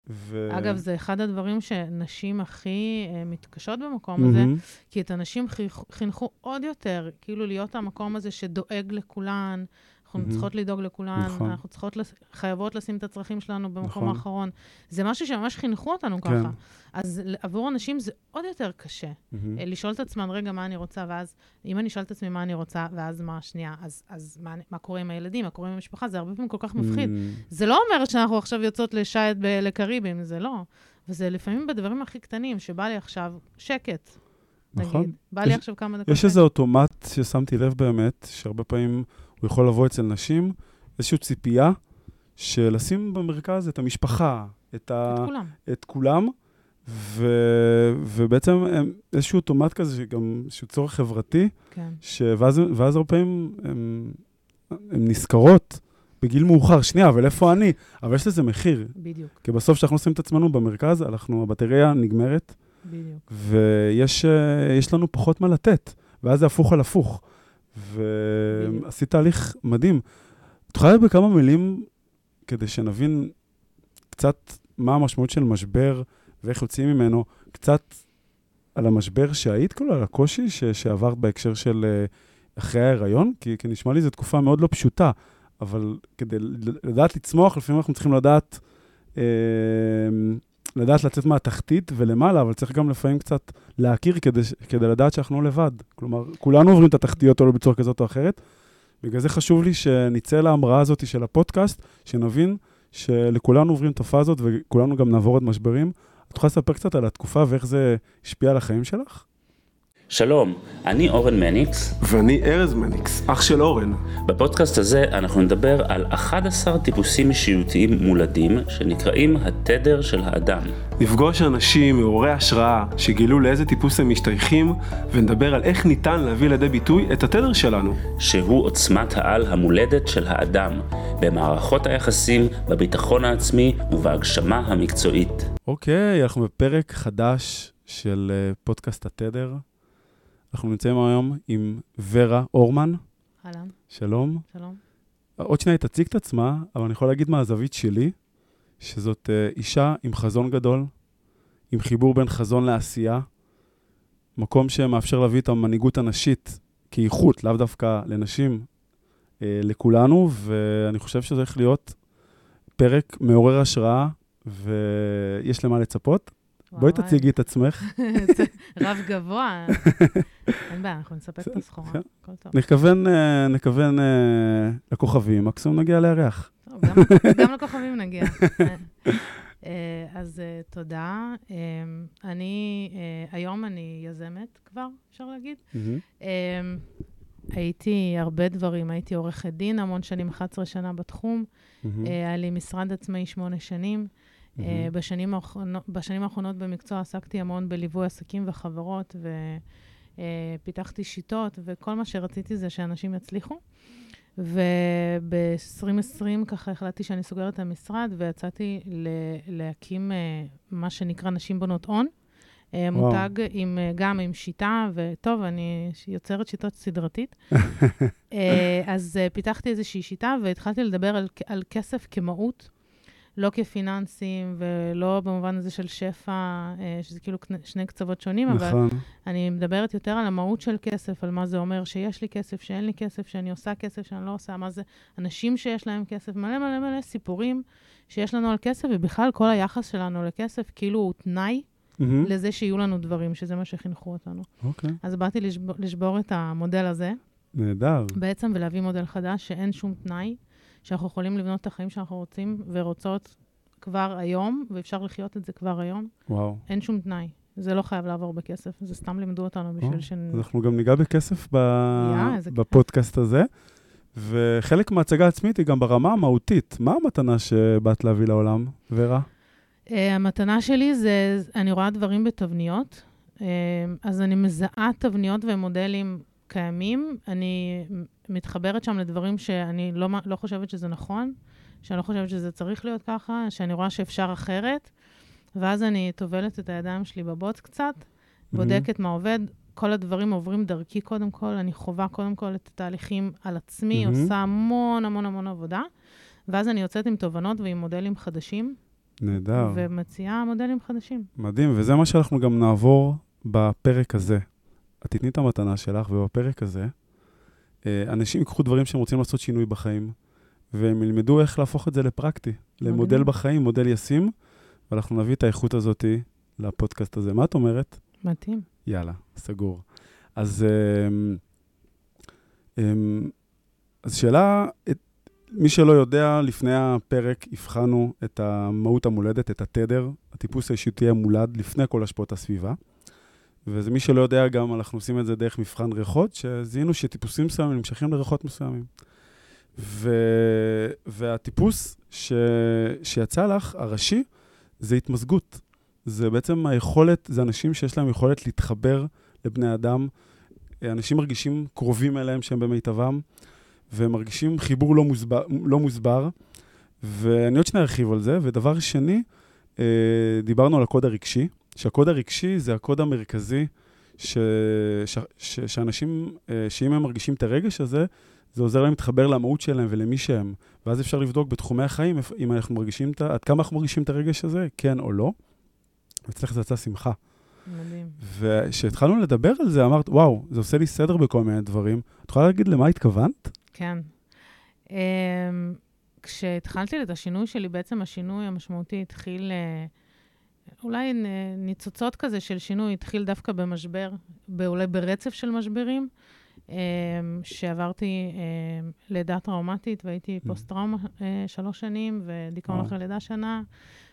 אגב, זה אחד הדברים שנשים הכי מתקשות במקום הזה, כי את הנשים חינכו עוד יותר, כאילו להיות המקום הזה שדואג לכולן, אנחנו צריכות לדאוג לכולן, אנחנו חייבות לשים את הצרכים שלנו במקום האחרון. זה משהו שממש חינכו אותנו ככה. אז עבור אנשים זה עוד יותר קשה. לשאול את עצמן, רגע, מה אני רוצה, ואז, אם אני שואל את עצמי מה אני רוצה, ואז מה השנייה, אז מה קורה עם הילדים, מה קורה עם המשפחה, זה הרבה פעמים כל כך מפחיד. זה לא אומר שאנחנו עכשיו יוצאות לשייט לקריבים, זה לא. וזה לפעמים בדברים הכי קטנים, שבא לי עכשיו שקט, נגיד. בא לי עכשיו כמה דקות. יש איזה אוטומט ששמתי לב באמת, שהרבה פעמים הוא יכול לבוא אצל נשים, איזושהי ציפייה של לשים במרכז את המשפחה, את כולם, ובעצם איזשהו אוטומט כזה, שגם איזשהו צורך חברתי, ואז הרבה פעמים הן נזכרות בגיל מאוחר, שנייה, אבל איפה אני? אבל יש לזה מחיר. בדיוק. כי בסוף שאנחנו עושים את עצמנו במרכז, הבטריה נגמרת, בדיוק. ויש לנו פחות מה לתת, ואז זה הפוך על הפוך. ועשית תהליך מדהים. תוכל לדבר בכמה מילים כדי שנבין קצת מה המשמעות של משבר ואיך יוצאים ממנו, קצת על המשבר שהיית, כאילו על הקושי שעברת בהקשר של אחרי ההיריון, כי נשמע לי זו תקופה מאוד לא פשוטה, אבל כדי לדעת לצמוח, לפעמים אנחנו צריכים לדעת לצאת מהתחתית ולמעלה, אבל צריך גם לפעמים קצת להכיר כדי לדעת שאנחנו לא לבד. כלומר, כולנו עוברים את התחתיות או בצורה כזאת או אחרת. בגלל זה חשוב לי שניצא להמראה הזאת של הפודקאסט, שנבין שלכולנו עוברים תופעה הזאת, וכולנו גם נעבור את משברים. את יכולה לספר קצת על התקופה ואיך זה השפיע על החיים שלך? שלום, אני אורן מניקס. ואני ארז מניקס, אח של אורן. בפודקאסט הזה אנחנו נדבר על 11 טיפוסים אישיותיים מולדים שנקראים התדר של האדם. נפגוש אנשים מעוררי השראה שגילו לאיזה טיפוס הם משתייכים, ונדבר על איך ניתן להביא לידי ביטוי את התדר שלנו. שהוא עוצמת העל המולדת של האדם, במערכות היחסים, בביטחון העצמי ובהגשמה המקצועית. אוקיי, אנחנו בפרק חדש של פודקאסט התדר. אנחנו נמצאים היום עם ורה אורמן. אהלן. שלום. שלום. עוד שנייה תציג את עצמה, אבל אני יכול להגיד מהזווית שלי, שזאת אישה עם חזון גדול, עם חיבור בין חזון לעשייה, מקום שמאפשר להביא את המנהיגות הנשית כאיכות, לאו דווקא לנשים, לכולנו, ואני חושב שזה הולך להיות פרק מעורר השראה, ויש למה לצפות. בואי תציגי את עצמך. רב גבוה. אין בעיה, אנחנו נספק את הסחורה. הכל טוב. נכוון לכוכבים, מקסימום נגיע לירח. גם לכוכבים נגיע. אז תודה. היום אני יזמת כבר, אפשר להגיד. הייתי הרבה דברים, הייתי עורכת דין המון שנים, 11 שנה בתחום. היה לי משרד עצמאי 8 שנים. בשנים האחרונות במקצוע עסקתי המון בליווי עסקים וחברות, ופיתחתי שיטות, וכל מה שרציתי זה שאנשים יצליחו. וב-2020 ככה החלטתי שאני סוגרת את המשרד, ויצאתי להקים מה שנקרא נשים בונות הון, מותג גם עם שיטה, וטוב, אני יוצרת שיטות סדרתית. אז פיתחתי איזושהי שיטה, והתחלתי לדבר על כסף כמהות, לא כפיננסים, ולא במובן הזה של שפע, שזה כאילו שני קצוות שונים, אבל אני מדברת יותר על המהות של כסף, על מה זה אומר שיש לי כסף, שאין לי כסף, שאני עושה כסף, שאני לא עושה, מה זה אנשים שיש להם כסף, מלא מלא מלא סיפורים שיש לנו על כסף, ובכלל כל היחס שלנו לכסף, כאילו הוא תנאי לזה שיהיו לנו דברים, שזה מה שחינכו אותנו. אז באתי לשבור את המודל הזה. נהדר. בעצם, ולהביא מודל חדש שאין שום תנאי, שאנחנו יכולים לבנות את החיים שאנחנו רוצים ורוצות כבר היום, ואפשר לחיות את זה כבר היום. וואו. אין שום תנאי. זה לא חייב לעבור בכסף. זה סתם לימדו אותנו בשביל אז אנחנו גם ניגע בכסף בפודקאסט הזה. וחלק מההצגה העצמית היא גם ברמה המהותית. מה המתנה שבאת להביא לעולם, ורה? המתנה שלי זה, אני רואה דברים בתבניות. אז אני מזהה תבניות ומודלים קיימים. אני מתחברת שם לדברים שאני לא חושבת שזה נכון, שאני לא חושבת שזה צריך להיות ככה, שאני רואה שאפשר אחרת, ואז אני תובלת את הידיים שלי בבוץ קצת, בודקת מה עובד, כל הדברים עוברים דרכי קודם כל, אני חובה קודם כל את התהליכים על עצמי, עושה המון המון המון עבודה, ואז אני יוצאת עם תובנות ועם מודלים חדשים, נהדר. ומציעה מודלים חדשים. מדהים, וזה מה שאנחנו גם נעבור בפרק הזה. את תתני את המתנה שלך, ובפרק הזה, אנשים יקחו דברים שהם רוצים לעשות שינוי בחיים, והם ילמדו איך להפוך את זה לפרקטי, למודל בחיים, מודל ישים, ואנחנו נביא את האיכות הזאת לפודקאסט הזה. מה את אומרת? מתאים. יאללה, סגור. אז שאלה, מי שלא יודע, לפני הפרק הבחנו את המהות המולדת, את התדר, הטיפוס האישיותי המולד, לפני כל השפעות הסביבה. וזה מי שלא יודע, גם אנחנו עושים את זה דרך מבחן ריחות, שזיהינו שטיפוסים מסוימים נמשכים לריחות מסוימים. והטיפוס שיצא לך, הראשי, זה התמזגות. זה בעצם היכולת, זה אנשים שיש להם יכולת להתחבר לבני אדם, אנשים מרגישים קרובים אליהם שהם במיטבם, והם מרגישים חיבור לא מוסבר, ואני עוד שנייה ארחיב על זה. ודבר שני, דיברנו על הקוד הרגשי, שהקוד הרגשי זה הקוד המרכזי, שאנשים, שאם הם מרגישים את הרגש הזה, זה עוזר להם להתחבר למהות שלהם ולמי שהם. ואז אפשר לבדוק בתחומי החיים, אם אנחנו מרגישים עד כמה אנחנו מרגישים את הרגש הזה, כן או לא. וצריך זה יצא שמחה. מדהים. וכשהתחלנו לדבר על זה, אמרת, וואו, זה עושה לי סדר בכל מיני דברים. את יכולה להגיד למה התכוונת? כן. כשהתחלתי את השינוי שלי, בעצם השינוי המשמעותי התחיל, אולי ניצוצות כזה של שינוי, התחיל דווקא במשבר, אולי ברצף של משברים, שעברתי לידה טראומטית, והייתי פוסט-טראומה 3 שנים, ודיכאון אחרי לידה שנה,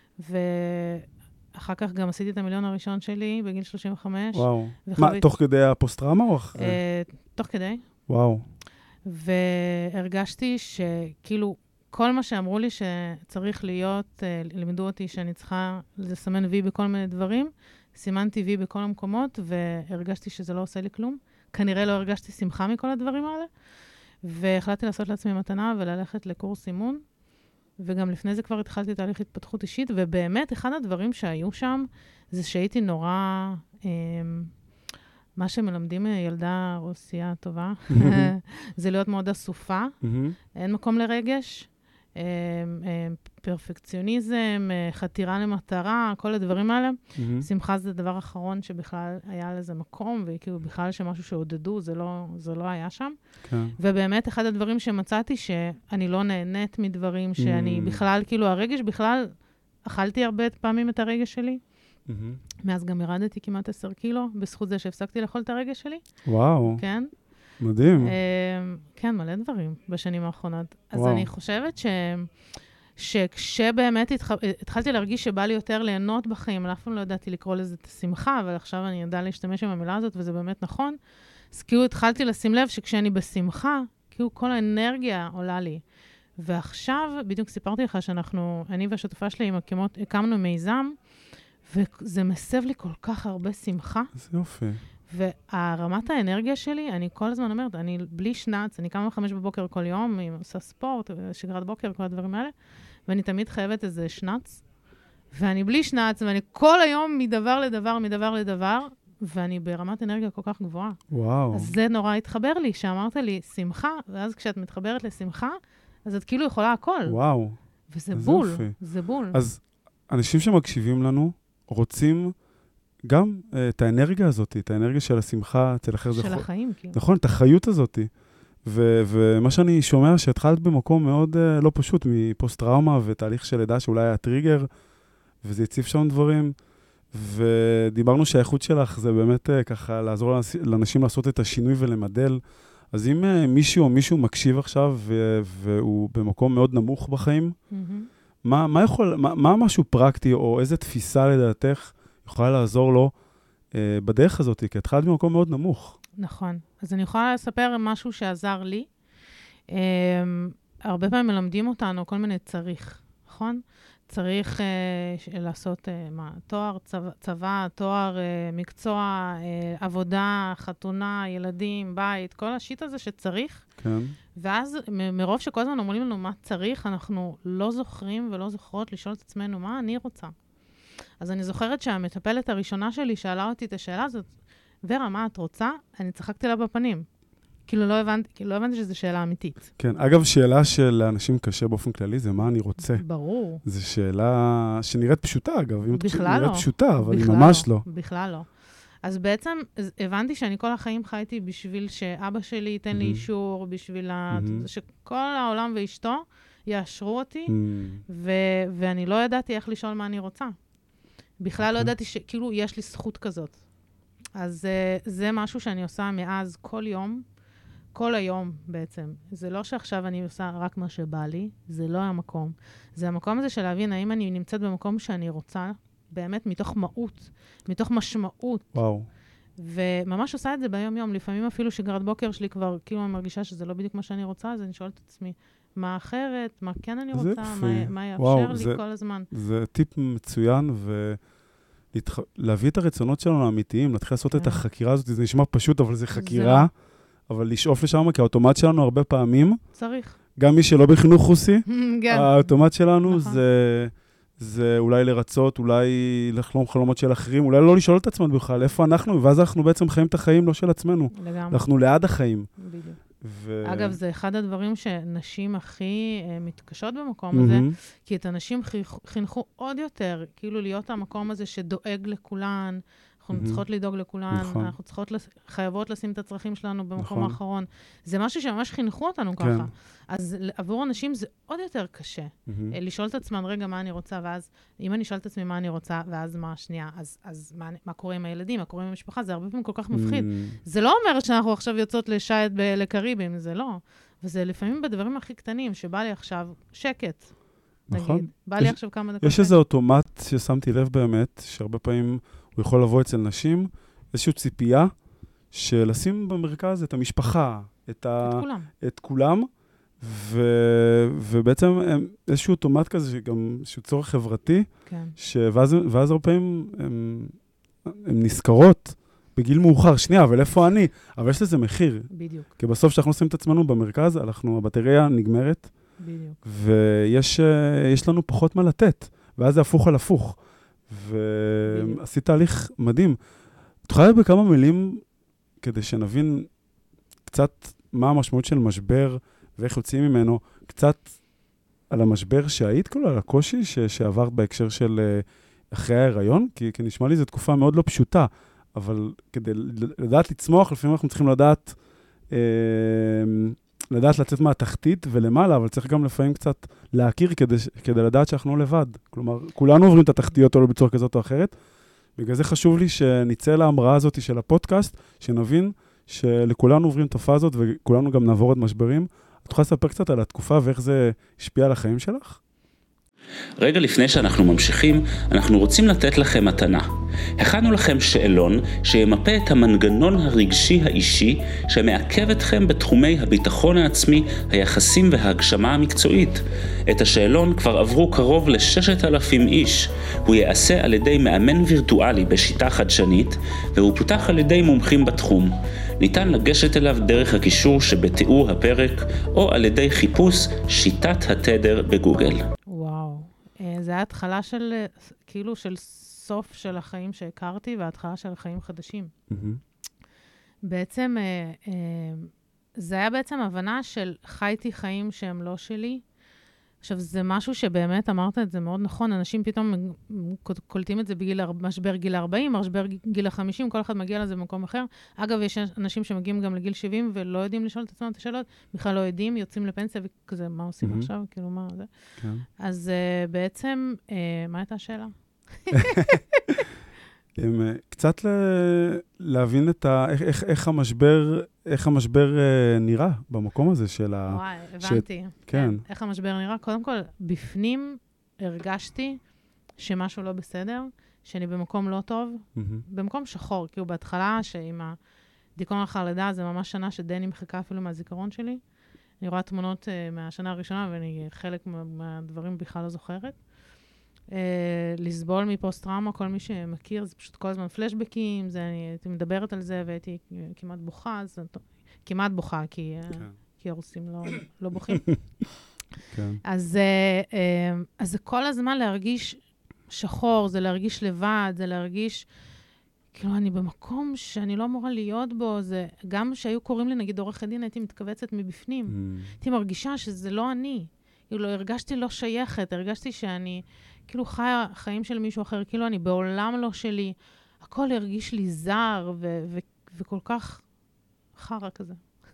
אחר כך גם עשיתי את המיליון הראשון שלי בגיל 35. וואו. מה, תוך כדי הפוסט-טראומה או אחרי? תוך כדי. וואו. והרגשתי שכאילו כל מה שאמרו לי שצריך להיות, לימדו אותי שאני צריכה לסמן וי בכל מיני דברים, סימנתי וי בכל המקומות, והרגשתי שזה לא עושה לי כלום. כנראה לא הרגשתי שמחה מכל הדברים האלה, והחלטתי לעשות לעצמי מתנה וללכת לקורס אימון, וגם לפני זה כבר התחלתי תהליך התפתחות אישית, ובאמת אחד הדברים שהיו שם, זה שהייתי נורא, מה שמלמדים ילדה רוסייה טובה, זה להיות מאוד אסופה, אין מקום לרגש, פרפקציוניזם, חתירה למטרה, כל הדברים האלה. שמחה זה הדבר האחרון שבכלל היה לזה מקום, וכאילו בכלל שמשהו שעודדו, זה לא היה שם. ובאמת אחד הדברים שמצאתי, שאני לא נהנית מדברים, שאני בכלל, כאילו הרגש בכלל, אכלתי הרבה פעמים את הרגש שלי. מאז גם ירדתי כמעט 10 קילו, בזכות זה שהפסקתי לאכול את הרגש שלי. וואו. כן. מדהים. כן, מלא דברים בשנים האחרונות. אז אני חושבת שכשבאמת התחלתי להרגיש שבא לי יותר ליהנות בחיים, אף פעם לא ידעתי לקרוא לזה את השמחה, אבל עכשיו אני יודע להשתמש עם המילה הזאת, וזה באמת נכון. אז כאילו התחלתי לשים לב שכשאני בשמחה, כאילו כל האנרגיה עולה לי. ועכשיו, בדיוק סיפרתי לך שאנחנו, אני והשותפה שלי הקמנו מיזם, וזה מסב לי כל כך הרבה שמחה. זה יופי. והרמת האנרגיה שלי, אני כל הזמן אומרת, אני בלי שנץ, אני קמה 5 בבוקר כל יום, אני עושה ספורט, שגרת בוקר, כל הדברים האלה, ואני תמיד חייבת איזה שנץ, ואני בלי שנץ, ואני כל היום מדבר לדבר, ואני ברמת אנרגיה כל כך גבוהה. וואו. אז זה נורא התחבר לי, שאמרת לי, שמחה, ואז כשאת מתחברת לשמחה, אז את כאילו יכולה הכל. וואו. וזה בול, זה בול. אז אנשים שמקשיבים לנו, רוצים גם את האנרגיה הזאת, את האנרגיה של השמחה, אצל אחר זה... של החיים, כאילו. נכון, את החיות הזאת. ומה שאני שומע, שהתחלת במקום מאוד לא פשוט, מפוסט-טראומה ותהליך של לידה שאולי היה טריגר, וזה הציף שם דברים, ודיברנו שהאיכות שלך זה באמת ככה לעזור לאנשים לעשות את השינוי ולמדל. אז אם מישהו מקשיב עכשיו, והוא במקום מאוד נמוך בחיים, מה משהו פרקטי, או איזה תפיסה לדעתך, יכולה לעזור לו בדרך הזאת, כי התחלת במקום מאוד נמוך. נכון. אז אני יכולה לספר משהו שעזר לי. הרבה פעמים מלמדים אותנו כל מיני צריך, נכון? צריך לעשות תואר, צבא, תואר, מקצוע, עבודה, חתונה, ילדים, בית, כל השיט הזה שצריך. כן. ואז מרוב שכל הזמן אומרים לנו מה צריך, אנחנו לא זוכרים ולא זוכרות לשאול את עצמנו מה אני רוצה. אז אני זוכרת שהמטפלת הראשונה שלי שאלה אותי את השאלה הזאת, ורה, מה את רוצה? אני צחקתי לה בפנים. כאילו לא הבנתי שזו שאלה אמיתית. כן, אגב, שאלה שלאנשים קשה באופן כללי, זה מה אני רוצה. ברור. זו שאלה שנראית פשוטה, אגב. בכלל לא. נראית פשוטה, אבל היא ממש לא. בכלל לא. אז בעצם הבנתי שאני כל החיים חייתי בשביל שאבא שלי ייתן לי אישור, בשביל שכל העולם ואשתו יאשרו אותי, ואני לא ידעתי איך לשאול מה אני רוצה. בכלל לא ידעתי שכאילו יש לי זכות כזאת. אז זה משהו שאני עושה מאז כל היום בעצם. זה לא שעכשיו אני עושה רק מה שבא לי, זה לא המקום. זה המקום הזה של להבין האם אני נמצאת במקום שאני רוצה, באמת מתוך מהות, מתוך משמעות. וואו. וממש עושה את זה ביום-יום. לפעמים אפילו שגרת בוקר שלי כבר כאילו אני מרגישה שזה לא בדיוק מה שאני רוצה, אז אני שואלת את עצמי, מה אחרת, מה כן אני רוצה, מה יאפשר לי כל הזמן. זה טיפ מצוין, ולהביא את הרצונות שלנו האמיתיים, להתחיל לעשות את החקירה הזאת, זה נשמע פשוט, אבל זה חקירה, אבל לשאוף לשם, כי האוטומט שלנו הרבה פעמים, צריך. גם מי שלא בחינוך רוסי, האוטומט שלנו זה אולי לרצות, אולי לחלום חלומות של אחרים, אולי לא לשאול את עצמנו בכלל, איפה אנחנו, ואז אנחנו בעצם חיים את החיים לא של עצמנו. לגמרי. אנחנו ליד החיים. בדיוק. אגב, זה אחד הדברים שנשים הכי מתקשות במקום הזה, כי את הנשים חינכו עוד יותר, כאילו להיות המקום הזה שדואג לכולן, אנחנו צריכות לדאוג לכולן, אנחנו חייבות לשים את הצרכים שלנו במקום האחרון. זה משהו שממש חינכו אותנו ככה. אז עבור אנשים זה עוד יותר קשה. לשאול את עצמן, רגע, מה אני רוצה, ואז אם אני שואלת את עצמי מה אני רוצה, ואז מה השנייה, אז מה קורה עם הילדים, מה קורה עם המשפחה, זה הרבה פעמים כל כך מפחיד. זה לא אומר שאנחנו עכשיו יוצאות לשייט לקריבים, זה לא. וזה לפעמים בדברים הכי קטנים, שבא לי עכשיו שקט, נגיד. בא לי עכשיו כמה דקות. יש איזה אוטומט ששמתי לב באמת, שהרבה פעמים הוא יכול לבוא אצל נשים, איזושהי ציפייה של לשים במרכז את המשפחה, את כולם, ובעצם איזשהו אוטומט כזה, שגם איזשהו צורך חברתי, ואז הרבה פעמים הן נזכרות בגיל מאוחר, שנייה, אבל איפה אני? אבל יש לזה מחיר. בדיוק. כי בסוף שאנחנו עושים את עצמנו במרכז, הבטריה נגמרת, בדיוק. ויש לנו פחות מה לתת, ואז זה הפוך על הפוך. ועשית תהליך מדהים. תוכל בכמה מילים כדי שנבין קצת מה המשמעות של משבר ואיך יוצאים ממנו, קצת על המשבר שהיית, כאילו על הקושי שעברת בהקשר של אחרי ההיריון, כי נשמע לי זו תקופה מאוד לא פשוטה, אבל כדי לדעת לצמוח, לפעמים אנחנו צריכים לדעת לצאת מהתחתית ולמעלה, אבל צריך גם לפעמים קצת להכיר כדי לדעת שאנחנו לא לבד. כלומר, כולנו עוברים את התחתיות או לא בצורה כזאת או אחרת. בגלל זה חשוב לי שנצא להמראה הזאת של הפודקאסט, שנבין שלכולנו עוברים את התופעה הזאת וכולנו גם נעבור את משברים. את יכולה לספר קצת על התקופה ואיך זה השפיע על החיים שלך? רגע לפני שאנחנו ממשיכים, אנחנו רוצים לתת לכם מתנה. הכנו לכם שאלון שימפה את המנגנון הרגשי האישי שמעכב אתכם בתחומי הביטחון העצמי, היחסים וההגשמה המקצועית. את השאלון כבר עברו קרוב ל6,000 איש. הוא ייעשה על ידי מאמן וירטואלי בשיטה חדשנית, והוא פותח על ידי מומחים בתחום. ניתן לגשת אליו דרך הקישור שבתיאור הפרק, או על ידי חיפוש שיטת התדר בגוגל. וואו, זה היה התחלה של, כאילו של סוף של החיים שהכרתי, וההתחלה של החיים חדשים. בעצם, זה היה בעצם הבנה של חייתי חיים שהם לא שלי. עכשיו, זה משהו שבאמת אמרת את זה מאוד נכון, אנשים פתאום קולטים את זה משבר גיל 40, משבר גיל 50, כל אחד מגיע לזה במקום אחר. אגב, יש אנשים שמגיעים גם לגיל 70 ולא יודעים לשאול את עצמם את השאלות, בכלל לא יודעים, יוצאים לפנסיה וכזה, מה עושים עכשיו? כאילו, מה זה? אז בעצם, מה הייתה השאלה? קצת להבין איך המשבר נראה במקום הזה של וואי, הבנתי. כן. איך המשבר נראה? קודם כל, בפנים הרגשתי שמשהו לא בסדר, שאני במקום לא טוב, במקום שחור, כאילו בהתחלה, שעם הדיכאון לאחר לידה, זה ממש שנה שדני מחכה אפילו מהזיכרון שלי. אני רואה תמונות מהשנה הראשונה, ואני חלק מהדברים בכלל לא זוכרת. לסבול מפוסט-טראומה, כל מי שמכיר, זה פשוט כל הזמן פלשבקים, אני הייתי מדברת על זה, והייתי כמעט בוכה, כמעט בוכה, כי הרוסים לא בוכים. אז זה כל הזמן להרגיש שחור, זה להרגיש לבד, זה להרגיש כאילו, אני במקום שאני לא אמורה להיות בו, זה גם שהיו קוראים לי, נגיד, עורך הדין, הייתי מתכווצת מבפנים. הייתי מרגישה שזה לא אני. כאילו, הרגשתי לא שייכת, הרגשתי שאני, כאילו, חיה חיים של מישהו אחר, כאילו, אני בעולם לא שלי. הכל הרגיש לי זר, וכל כך חרא כזה.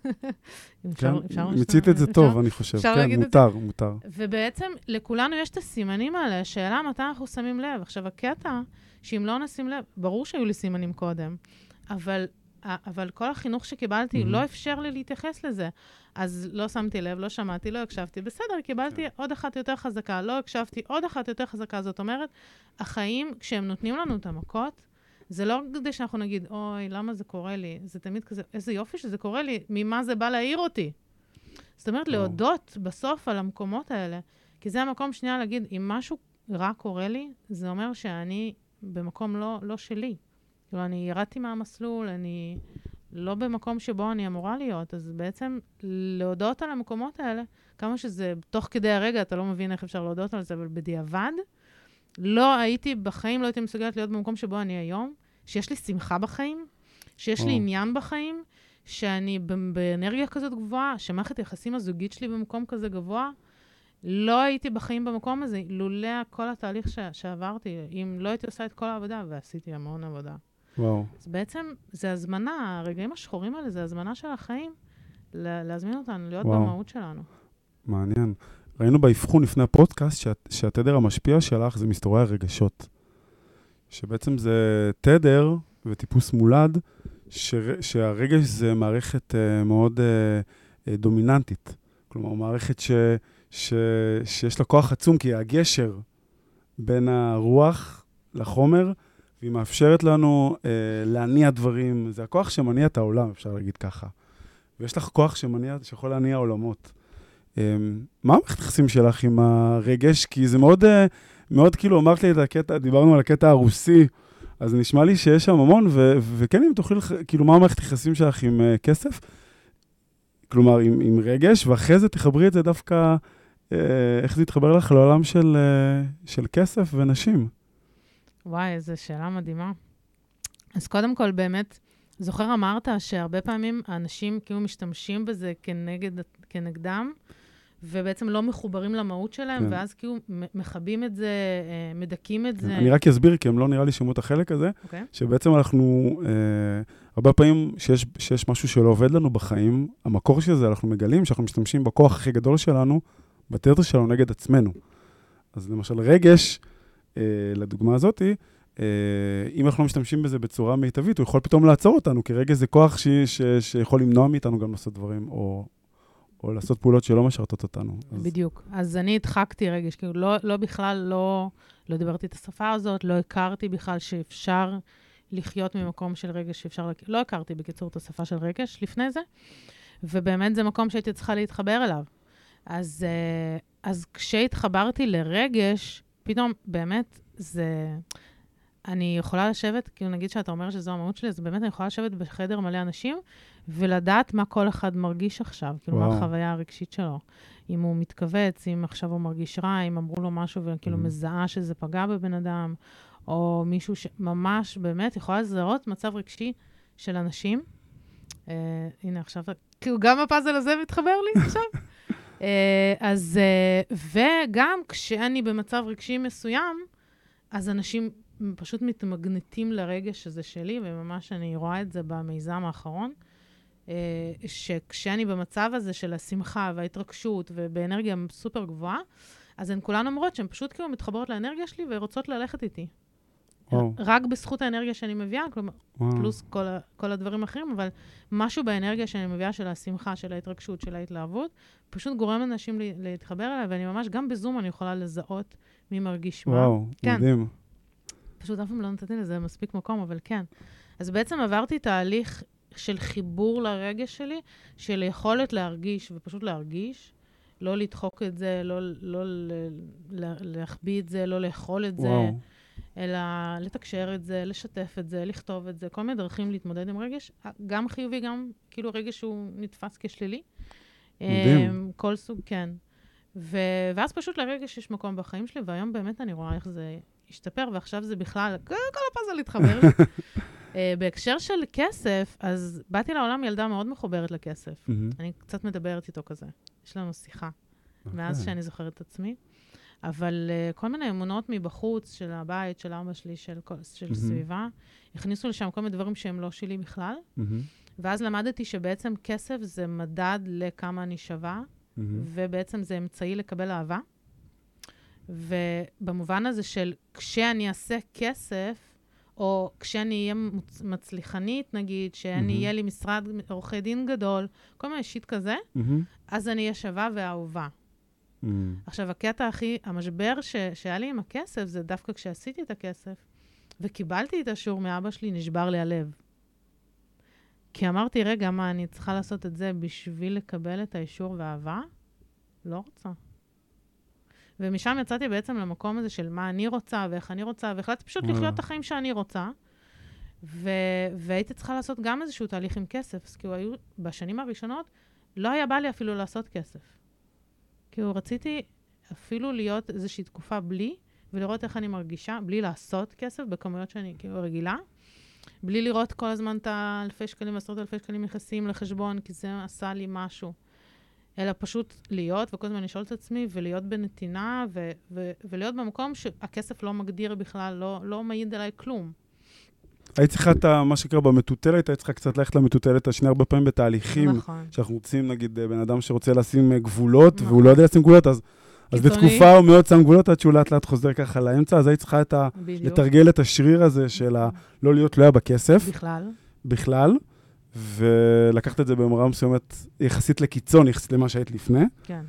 כן, מצית את זה טוב, אני חושב. כן, מותר. ובעצם, לכולנו יש את הסימנים האלה, השאלה מתי אנחנו שמים לב. עכשיו, הקטע, שאם לא נשים לב, ברור שהיו לי סימנים קודם, אבל כל החינוך שקיבלתי לא אפשר לי להתייחס לזה. אז לא שמתי לב, לא שמעתי, לא הקשבתי. בסדר, קיבלתי עוד אחת יותר חזקה, לא הקשבתי עוד אחת יותר חזקה. זאת אומרת, החיים, כשהם נותנים לנו את המכות, זה לא כדי שאנחנו נגיד, אוי, למה זה קורה לי? זה תמיד כזה, איזה יופי שזה קורה לי, ממה זה בא להעיר אותי. זאת אומרת, להודות בסוף על המקומות האלה, כי זה המקום שנייה להגיד, אם משהו רע קורה לי, זה אומר שאני במקום לא שלי. כאילו, אני ירדתי מהמסלול, אני לא במקום שבו אני אמורה להיות, אז בעצם להודות על המקומות האלה, כמה שזה תוך כדי הרגע, אתה לא מבין איך אפשר להודות על זה, אבל בדיעבד, לא הייתי בחיים, לא הייתי מסוגלת להיות במקום שבו אני היום, שיש לי שמחה בחיים, שיש לי עניין בחיים, שאני באנרגיה כזאת גבוהה, שמערכת היחסים הזוגית שלי במקום כזה גבוה, לא הייתי בחיים במקום הזה, לולא כל התהליך שעברתי, אם לא הייתי עושה את כל העבודה, ועשיתי המון עבודה. וואו. אז בעצם זה הזמנה, הרגעים השחורים האלה, זה הזמנה של החיים, להזמין אותנו, להיות במהות שלנו. מעניין. ראינו באבחון לפני הפודקאסט שהתדר המשפיע שלך זה מסתורי הרגשות. שבעצם זה תדר וטיפוס מולד, שהרגש זה מערכת מאוד דומיננטית. כלומר, מערכת שיש לה כוח עצום, כי היא הגשר בין הרוח לחומר, והיא מאפשרת לנו להניע דברים. זה הכוח שמניע את העולם, אפשר להגיד ככה. ויש לך כוח שיכול להניע עולמות. מה המערכת היחסים שלך עם הרגש? כי זה מאוד כאילו, אמרת לי את הקטע, דיברנו על הקטע הרוסי, אז נשמע לי שיש שם המון, וכן, אם תוכלי, כאילו, מה המערכת היחסים שלך עם כסף? כלומר, עם רגש, ואחרי זה תחברי את זה דווקא, איך זה יתחבר לך לעולם של כסף ונשים? וואי, איזו שאלה מדהימה. אז קודם כל, באמת, זוכר אמרת שהרבה פעמים האנשים כאילו משתמשים בזה כנגדם, ובעצם לא מחוברים למהות שלהם, ואז כאילו מחבים את זה, מדקים את זה. אני רק אסביר, כי הם לא נראה לי שמות החלק הזה, שבעצם אנחנו, הרבה פעמים שיש משהו שלא עובד לנו בחיים, המקור של זה אנחנו מגלים שאנחנו משתמשים בכוח הכי גדול שלנו, בתדר שלנו נגד עצמנו. אז למשל רגש, לדוגמה הזאת, אם אנחנו לא משתמשים בזה בצורה מיטבית, הוא יכול פתאום לעצור אותנו, כי רגש זה כוח שיכול למנוע מאיתנו גם לעשות דברים, או לעשות פעולות שלא משרתות אותנו. בדיוק. אז אני הדחקתי רגש, כאילו לא בכלל, לא דיברתי את השפה הזאת, לא הכרתי בכלל שאפשר לחיות ממקום של רגש שאפשר, לא הכרתי בקיצור את השפה של רגש לפני זה, ובאמת זה מקום שהייתי צריכה להתחבר אליו. אז כשהתחברתי לרגש, פתאום באמת זה... אני יכולה לשבת, כאילו נגיד שאתה אומר שזו המהות שלי, אז באמת אני יכולה לשבת בחדר מלא אנשים, ולדעת מה כל אחד מרגיש עכשיו, כאילו מה החוויה הרגשית שלו. אם הוא מתכווץ, אם עכשיו הוא מרגיש רע, אם אמרו לו משהו וכאילו מזהה שזה פגע בבן אדם, או מישהו שממש באמת יכולה לזהות מצב רגשי של אנשים. הנה עכשיו, כאילו גם הפאזל הזה מתחבר לי עכשיו. אז, וגם כשאני במצב רגשי מסוים, אז אנשים פשוט מתמגנטים לרגש הזה שלי, וממש אני רואה את זה במיזם האחרון, שכשאני במצב הזה של השמחה וההתרגשות ובאנרגיה סופר גבוהה, אז הן כולן אומרות שהן פשוט כאילו מתחברות לאנרגיה שלי ורוצות ללכת איתי. רק בזכות האנרגיה שאני מביאה, כלומר, פלוס כל הדברים האחרים, אבל משהו באנרגיה שאני מביאה של השמחה, של ההתרגשות, של ההתלהבות, פשוט גורם לאנשים להתחבר אליי, ואני ממש, גם בזום אני יכולה לזהות מי מרגיש מה. וואו, מדהים. פשוט אף פעם לא נתתי לזה מספיק מקום, אבל כן. אז בעצם עברתי תהליך של חיבור לרגש שלי, של יכולת להרגיש, ופשוט להרגיש, לא לדחוק את זה, לא להחביא את זה, לא לאכול את זה, אלא לתקשר את זה, לשתף את זה, לכתוב את זה, כל מיני דרכים להתמודד עם רגש, גם חיובי, גם כאילו רגש שהוא נתפס כשלילי. מדהים. כל סוג, כן. ואז פשוט לרגש יש מקום בחיים שלי, והיום באמת אני רואה איך זה השתפר, ועכשיו זה בכלל, כל הפאזל התחבר לי. בהקשר של כסף, אז באתי לעולם ילדה מאוד מחוברת לכסף. אני קצת מדברת איתו כזה. יש לנו שיחה, מאז שאני זוכרת את עצמי. אבל כל מיני אמונות מבחוץ, של הבית, של אבא שלי, של סביבה, הכניסו לשם כל מיני דברים שהם לא שלי בכלל. ואז למדתי שבעצם כסף זה מדד לכמה אני שווה, ובעצם זה אמצעי לקבל אהבה. ובמובן הזה של כשאני אעשה כסף, או כשאני אהיה מצליחנית, נגיד, שאני אהיה לי משרד עורכי דין גדול, כל מיני שיט כזה, אז אני אהיה שווה ואהובה. עכשיו, הקטע המשבר שהיה לי עם הכסף, זה דווקא כשעשיתי את הכסף, וקיבלתי את השיעור מאבא שלי, נשבר לי הלב. כי אמרתי, רגע, מה, אני צריכה לעשות את זה בשביל לקבל את האישור והאהבה? לא רוצה. ומשם יצאתי בעצם למקום הזה של מה אני רוצה ואיך אני רוצה, והחלטתי פשוט לחיות את החיים שאני רוצה, והייתי צריכה לעשות גם איזשהו תהליך עם כסף, אז כאילו היו, בשנים הראשונות, לא היה בא לי אפילו לעשות כסף. כאילו רציתי אפילו להיות איזושהי תקופה בלי, ולראות איך אני מרגישה, בלי לעשות כסף בכמויות שאני כאילו רגילה, בלי לראות כל הזמן את האלפי שקלים ועשרות אלפי שקלים נכנסים לחשבון, כי זה עשה לי משהו. אלא פשוט להיות, וכל הזמן לשאול את עצמי, ולהיות בנתינה, ולהיות במקום שהכסף לא מגדיר בכלל, לא מעיד עליי כלום. היית צריכה את מה שקרה במטוטלת, היית צריכה קצת ללכת למטוטלת השני הרבה פעמים בתהליכים, נכון. שאנחנו רוצים, נגיד, בן אדם שרוצה לשים גבולות, והוא לא יודע לשים גבולות, אז בתקופה הוא מאוד שם גבולות, עד שהוא לאט לאט חוזר ככה לאמצע, אז היית צריכה לתרגל את השריר הזה של לא להיות תלויה בכסף. בכלל. ולקחת את זה במראה מסוימת יחסית לקיצון, יחסית למה שהיית לפני. כן.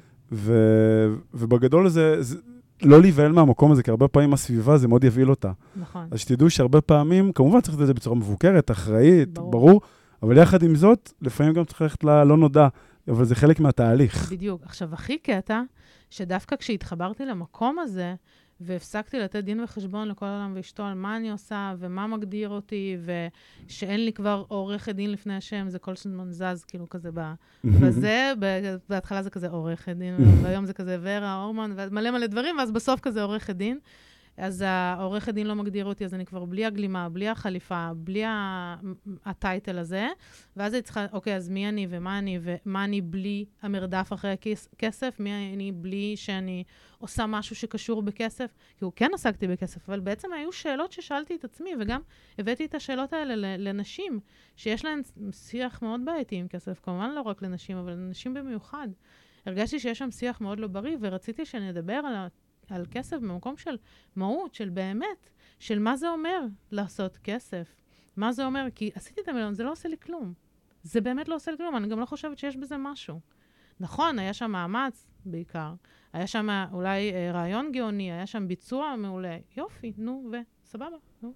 ובגדול זה לא להיבהל מהמקום הזה, כי הרבה פעמים הסביבה זה מאוד יבהיל אותה. נכון. אז שתדעו שהרבה פעמים, כמובן צריך את זה בצורה מבוקרת, אחראית, ברור, אבל יחד עם זאת, לפעמים גם צריך ללכת לא נודע, אבל זה חלק מהתהליך. בדיוק. עכשיו, הכי קטע, שדווקא כשהתחברתי למקום הזה, והפסקתי לתת דין וחשבון לכל העולם ואשתו על מה אני עושה ומה מגדיר אותי, ושאין לי כבר עורכת דין לפני השם, זה כל שזמן זז, כאילו כזה בזה, בהתחלה זה כזה עורכת דין, והיום זה כזה ורה, אורמן, ומלא מלא דברים, ואז בסוף כזה עורכת דין. אז העורכת דין לא מגדיר אותי, אז אני כבר בלי הגלימה, בלי החליפה, בלי הטייטל הזה, ואז אני צריכה, אוקיי, אז מי אני ומה אני בלי המרדף אחרי הכסף, מי אני בלי שאני עושה משהו שקשור בכסף, כי הוא כן עסקתי בכסף, אבל בעצם היו שאלות ששאלתי את עצמי, וגם הבאתי את השאלות האלה לנשים, שיש להן שיח מאוד בעייתי עם כסף, כמובן לא רק לנשים, אבל לנשים במיוחד. הרגשתי שיש שם שיח מאוד לא בריא, ורציתי שאני אדבר על כסף במקום של מהות, של באמת, של מה זה אומר לעשות כסף. מה זה אומר? כי עשיתי את המיליון, זה לא עושה לי כלום. זה באמת לא עושה לי כלום, אני גם לא חושבת שיש בזה משהו. נכון, היה שם מאמץ בעיקר, היה שם אולי רעיון גאוני, היה שם ביצוע מעולה. יופי, נו, וסבבה, נו.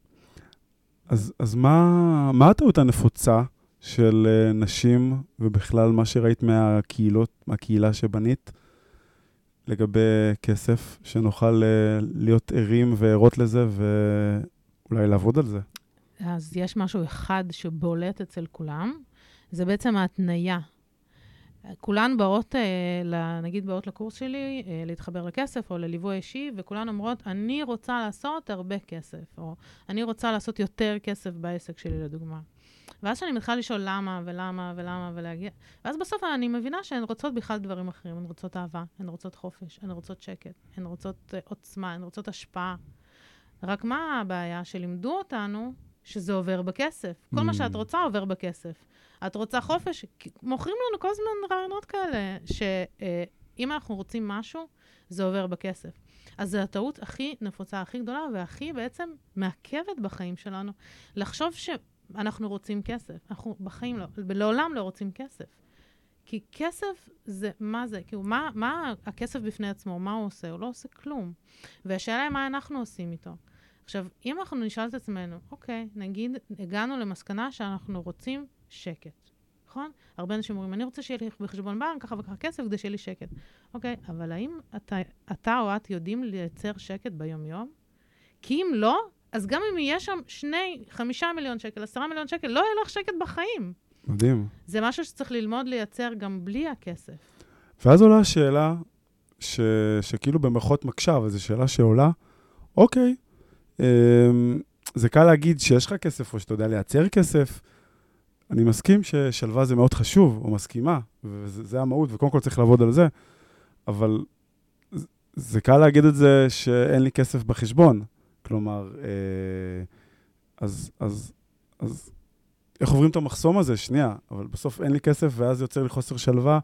אז מה הטעות הנפוצה של נשים, ובכלל מה שראית מהקהילה שבנית, לגבי כסף, שנוכל להיות ערים וערות לזה, ואולי לעבוד על זה? אז יש משהו אחד שבולט אצל כולם, זה בעצם ההתניה. כולן באות, נגיד באות לקורס שלי, להתחבר לכסף או לליווי אישי, וכולן אומרות, אני רוצה לעשות הרבה כסף, או אני רוצה לעשות יותר כסף בעסק שלי, לדוגמה. ואז שאני מתחילה לשאול למה ולהגיע. ואז בסוף אני מבינה שהן רוצות בכלל דברים אחרים. הן רוצות אהבה, הן רוצות חופש, הן רוצות שקט, הן רוצות עוצמה, הן רוצות השפעה. רק מה הבעיה? שלימדו אותנו שזה עובר בכסף. כל מה שאת רוצה עובר בכסף. את רוצה חופש? מוכרים לנו כל הזמן רעיונות כאלה, שאם אנחנו רוצים משהו, זה עובר בכסף. אז זו הטעות הכי נפוצה, הכי גדולה, והכי בעצם מעכבת בחיים שלנו. לחשוב אנחנו רוצים כסף. אנחנו בחיים לעולם לא רוצים כסף. כי כסף זה, מה זה? כאילו, מה הכסף בפני עצמו? מה הוא עושה? הוא לא עושה כלום. והשאלה היא מה אנחנו עושים איתו. עכשיו, אם אנחנו נשאל את עצמנו, אוקיי, נגיד, הגענו למסקנה שאנחנו רוצים שקט. נכון? הרבה אנשים אומרים, אני רוצה שיהיה לי בחשבון בנק, ככה וככה כסף, כדי שיהיה לי שקט. אוקיי, אבל האם אתה או את יודעים לייצר שקט ביום-יום? כי אם לא, אז גם אם יהיה שם 5 מיליון שקל, 10 מיליון שקל, לא יהיה לך שקט בחיים. מדהים. זה משהו שצריך ללמוד לייצר גם בלי הכסף. ואז עולה השאלה, שכאילו במרכאות מקשה, אבל זו שאלה שעולה, אוקיי, זה קל להגיד שיש לך כסף, או שאתה יודע לייצר כסף. אני מסכים ששלווה זה מאוד חשוב, או מסכימה, וזה המהות, וקודם כל צריך לעבוד על זה, אבל זה קל להגיד את זה שאין לי כסף בחשבון. כלומר, אז איך עוברים את המחסום הזה? שנייה, אבל בסוף אין לי כסף, ואז יוצר לי חוסר שלווה,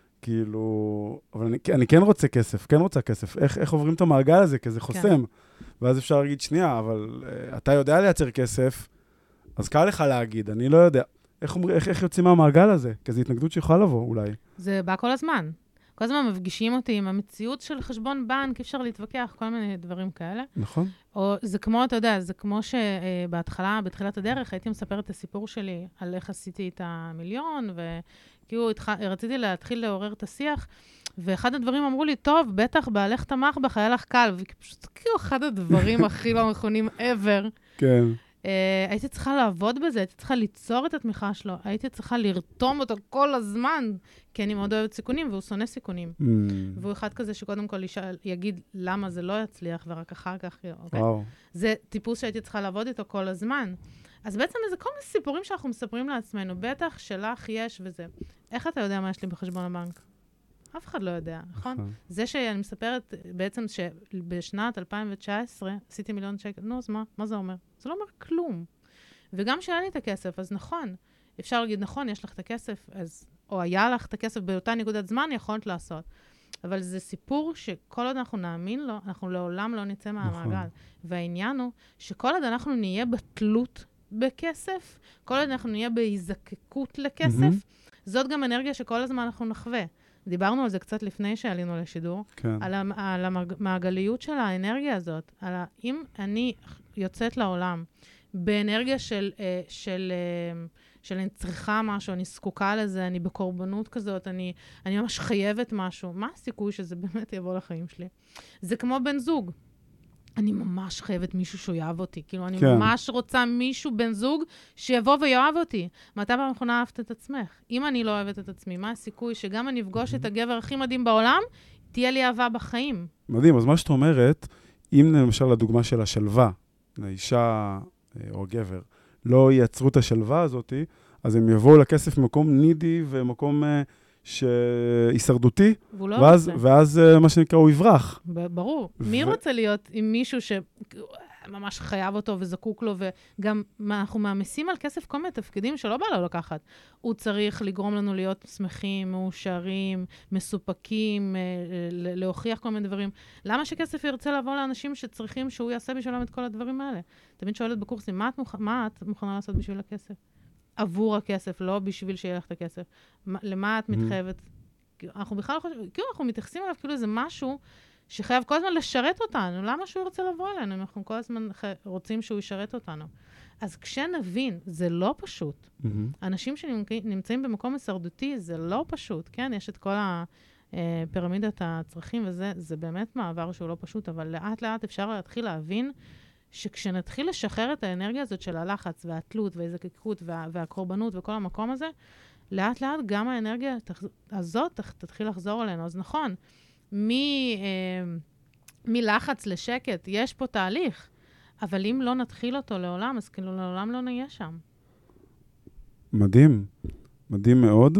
כאילו, אבל אני כן רוצה כסף, כן רוצה כסף. איך עוברים את המעגל הזה? כי זה חוסם. ואז אפשר להגיד, שנייה, אבל אתה יודע לייצר כסף, אז קל לך להגיד, אני לא יודע. איך יוצאים מהמעגל הזה? כי זו התנגדות שיכולה לבוא, אולי. זה בא כל הזמן. כל הזמן מפגישים אותי עם המציאות של חשבון בנק, אי אפשר להתווכח, כל מיני דברים כאלה. נכון. או זה כמו, אתה יודע, זה כמו שבהתחלה, בתחילת הדרך, הייתי מספרת את הסיפור שלי על איך עשיתי את המיליון, וכאילו רציתי להתחיל לעורר את השיח, ואחד הדברים אמרו לי, טוב, בטח בהלך תמך בך, היה לך קל, ופשוט כאילו אחד הדברים הכי לא נכונים ever. כן. הייתי צריכה לעבוד בזה, הייתי צריכה ליצור את התמיכה שלו, הייתי צריכה לרתום אותו כל הזמן, כי אני מאוד אוהבת סיכונים, והוא שונא סיכונים. והוא אחד כזה שקודם כל יגיד למה זה לא יצליח, ורק אחר כך, אוקיי? זה טיפוס שהייתי צריכה לעבוד איתו כל הזמן. אז בעצם זה כל מיני סיפורים שאנחנו מספרים לעצמנו, בטח שלך יש וזה. איך אתה יודע מה יש לי בחשבון הבנק? אף אחד לא יודע, נכון? זה שאני מספרת בעצם שבשנת 2019 עשיתי $1,000,000, נו, אז מה זה אומר? זה לא אומר כלום. וגם שהיה לי את הכסף, אז נכון, אפשר להגיד, נכון, יש לך את הכסף, או היה לך את הכסף באותה נקודת זמן, יכולת לעשות. אבל זה סיפור שכל עוד אנחנו נאמין לו, אנחנו לעולם לא נצא מהמעגל. והעניין הוא שכל עוד אנחנו נהיה בתלות בכסף, כל עוד אנחנו נהיה בהיזקקות לכסף, זאת גם אנרגיה שכל הזמן אנחנו נחווה. דיברנו על זה קצת לפני שעלינו לשידור, כן. על המעגליות של האנרגיה הזאת, אם אני יוצאת לעולם באנרגיה של אני צריכה משהו, אני זקוקה לזה, אני בקורבנות כזאת, אני ממש חייבת משהו, מה הסיכוי שזה באמת יבוא לחיים שלי? זה כמו בן זוג. אני ממש חייבת מישהו שהוא יאהב אותי. כאילו, אני ממש רוצה מישהו, בן זוג, שיבוא ויאהב אותי. מתי פעם האחרונה אהבת את עצמך? אם אני לא אוהבת את עצמי, מה הסיכוי שגם אני אפגוש את הגבר הכי מדהים בעולם, תהיה לי אהבה בחיים? מדהים. אז מה שאת אומרת, אם למשל לדוגמה של השלווה, האישה או הגבר, לא ייצרו את השלווה הזאת, אז הם יבואו לכסף ממקום נידי ומקום הישרדותי, ואז מה שנקרא הוא יברח. ברור. מי רוצה להיות עם מישהו שממש חייב אותו וזקוק לו, וגם אנחנו מאמסים על כסף כל מיני תפקידים שלא בא לו לקחת. הוא צריך לגרום לנו להיות שמחים, מאושרים, מסופקים, להוכיח כל מיני דברים. למה שכסף ירצה לבוא לאנשים שצריכים שהוא יעשה בשבילם את כל הדברים האלה? תמיד שואלת בקורסים, מה את מוכנה לעשות בשביל הכסף? עבור הכסף, לא בשביל שיהיה לך את הכסף. למה את מתחייבת? אנחנו בכלל לא חושבים, כאילו אנחנו מתייחסים אליו, כאילו זה משהו שחייב כל הזמן לשרת אותנו. למה שהוא ירצה לבוא אלינו? אנחנו כל הזמן רוצים שהוא ישרת אותנו. אז כשנבין, זה לא פשוט. אנשים שנמצאים במקום הישרדותי, זה לא פשוט, כן? יש את כל הפירמידת הצרכים, וזה, זה באמת מעבר שהוא לא פשוט, אבל לאט לאט אפשר להתחיל להבין שכשנתחיל לשחרר את האנרגיה הזאת של הלחץ והתלות וההזקקות והקורבנות וכל המקום הזה, לאט לאט גם האנרגיה הזאת תתחיל לחזור אלינו. אז נכון, מלחץ לשקט, יש פה תהליך, אבל אם לא נתחיל אותו לעולם, אז כאילו לעולם לא נהיה שם. מדהים, מדהים מאוד.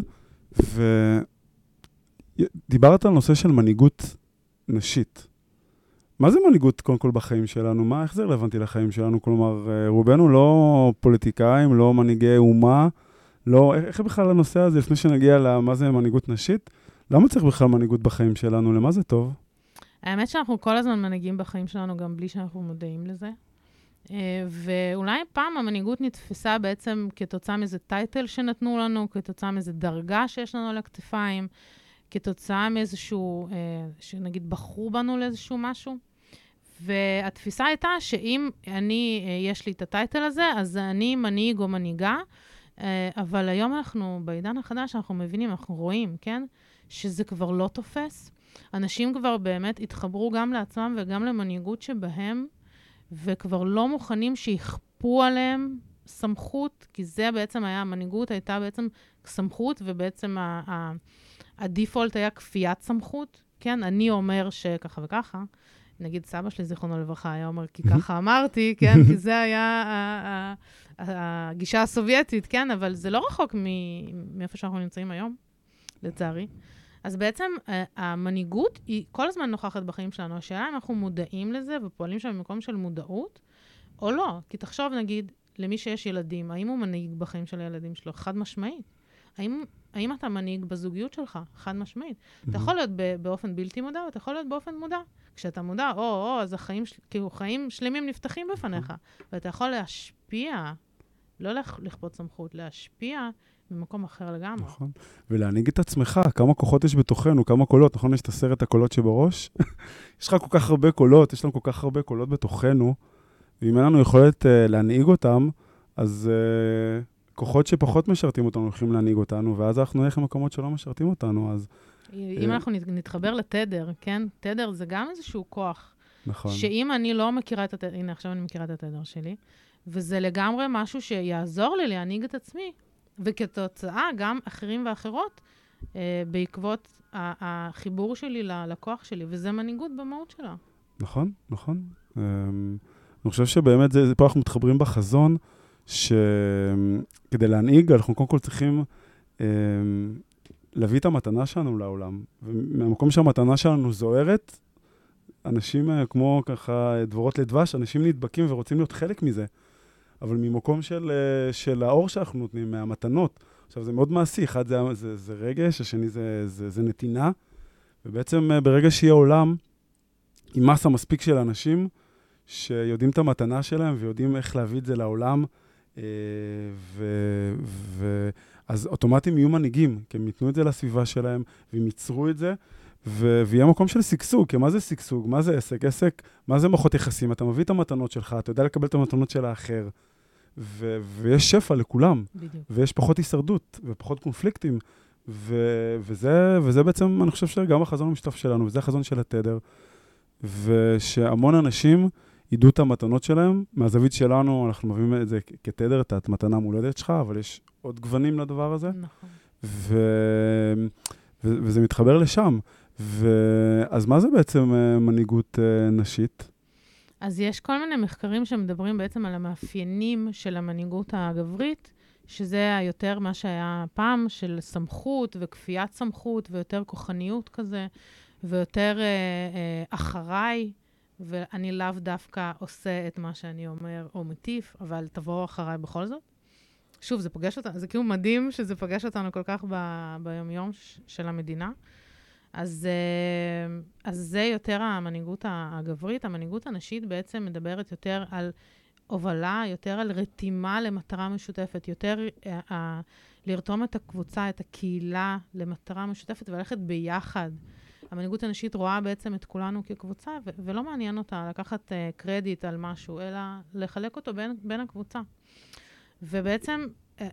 ודיברת על נושא של מנהיגות נשית. מה זה מנהיגות קודם כל בחיים שלנו? איך זה רלוונטי לחיים שלנו? כלומר, רובנו לא פוליטיקאים, לא מנהיגי אומה, לא, איך בכלל הנושא הזה, לפני שנגיע למה זה מנהיגות נשית, למה צריך בכלל מנהיגות בחיים שלנו? למה זה טוב? האמת שאנחנו כל הזמן מנהיגים בחיים שלנו, גם בלי שאנחנו מודעים לזה. ואולי פעם המנהיגות נתפסה בעצם כתוצאה מאיזה טייטל שנתנו לנו, כתוצאה מאיזה דרגה שיש לנו על הכתפיים, כתוצאה מאיזשהו, שנגיד בחרו בנו לאיזשהו משהו. והתפיסה הייתה שאם יש לי את הטייטל הזה, אז אני מנהיג או מנהיגה, אבל היום אנחנו, בעידן החדש, אנחנו מבינים, אנחנו רואים, כן? שזה כבר לא תופס. אנשים כבר באמת התחברו גם לעצמם וגם למנהיגות שבהם, וכבר לא מוכנים שיכפו עליהם סמכות, כי זה בעצם היה, המנהיגות הייתה בעצם סמכות, ובעצם הדיפולט היה כפיית סמכות, כן? אני אומר שככה וככה, נגיד סבא שלי, זיכרונו לברכה, היה אומר, כי ככה אמרתי, כן? כי זה היה הגישה הסובייטית, כן? אבל זה לא רחוק מאיפה שאנחנו נמצאים היום, לצערי. אז בעצם המנהיגות היא כל הזמן נוכחת בחיים שלנו. השאלה אם אנחנו מודעים לזה ופועלים שם במקום של מודעות, או לא. כי תחשוב, נגיד, למי שיש ילדים, האם הוא מנהיג בחיים של הילדים שלו? חד משמעית. האם אתה מנהיג בזוגיות שלך? חד משמעית. אתה יכול להיות באופן בלתי מודע, ואתה יכול להיות באופן מודע. כשאתה מודע, אז החיים, כאילו, חיים שלמים נפתחים בפניך. ואתה יכול להשפיע, לא לכפות סמכות, להשפיע במקום אחר לגמרי. נכון. ולהנהיג את עצמך, כמה כוחות יש בתוכנו, כמה קולות, נכון? יש את 10 הקולות שבראש. יש לך כל כך הרבה קולות, יש לנו כל כך הרבה קולות בתוכנו, ואם אין לנו יכולת להנהיג אותם, אז כוחות שפחות משרתים אותנו הולכים להנהיג אותנו, ואז אנחנו נלך למקומות שלא משרתים אותנו, אז... אם אנחנו נתחבר לתדר, כן? תדר זה גם איזשהו כוח. נכון. שאם אני לא מכירה את התדר, הנה, עכשיו אני מכירה את התדר שלי, וזה לגמרי משהו שיעזור לי להנהיג את עצמי, וכתוצאה גם אחרים ואחרות, בעקבות החיבור שלי לכוח שלי, וזה מנהיגות במהות שלה. נכון, נכון. אני חושב שבאמת פה אנחנו מתחברים בחזון, שכדי להנהיג, אנחנו קודם כל צריכים להביא את המתנה שלנו לעולם. ומהמקום שהמתנה שלנו זוהרת, אנשים כמו ככה דבורות לדבש, אנשים נדבקים ורוצים להיות חלק מזה. אבל ממקום של האור שאנחנו נותנים, מהמתנות. עכשיו, זה מאוד מעשי. אחד זה רגש, השני זה נתינה. ובעצם ברגע שיהיה עולם, עם מסה מספיק של אנשים, שיודעים את המתנה שלהם ויודעים איך להביא את זה לעולם, אז אוטומטים יהיו מנהיגים, כי הם ייתנו את זה לסביבה שלהם, והם ייצרו את זה, ויהיה מקום של סגסוג, כי מה זה סגסוג? מה זה עסק? עסק, מה זה מוחות יחסים? אתה מביא את המתנות שלך, אתה יודע לקבל את המתנות של האחר, ויש שפע לכולם, בדיוק. ויש פחות הישרדות, ופחות קונפליקטים, וזה בעצם, אני חושב שגם החזון המשותף שלנו, וזה החזון של התדר, ושהמון אנשים ידעו את המתנות שלהם. מהזווית שלנו, אנחנו מביאים את זה כתדר, את המתנה המולדת שלך, אבל יש עוד גוונים לדבר הזה. נכון. וזה מתחבר לשם. אז מה זה בעצם מנהיגות נשית? אז יש כל מיני מחקרים שמדברים בעצם על המאפיינים של המנהיגות הגברית, שזה היותר מה שהיה פעם של סמכות וכפיית סמכות, ויותר כוחניות כזה, ויותר אחריי, ואני לאו דווקא עושה את מה שאני אומר או מטיף, אבל תבואו אחריי בכל זאת. שוב, זה פוגש אותנו, זה כאילו מדהים שזה פוגש אותנו כל כך ביום-יום של המדינה. אז זה יותר המנהיגות הגברית. המנהיגות הנשית בעצם מדברת יותר על הובלה, יותר על רתימה למטרה משותפת, יותר לרתום את הקבוצה, את הקהילה למטרה משותפת וללכת ביחד. המנהיגות הנשית רואה בעצם את כולנו כקבוצה, ולא מעניין אותה לקחת קרדיט על משהו, אלא לחלק אותו בין הקבוצה. ובעצם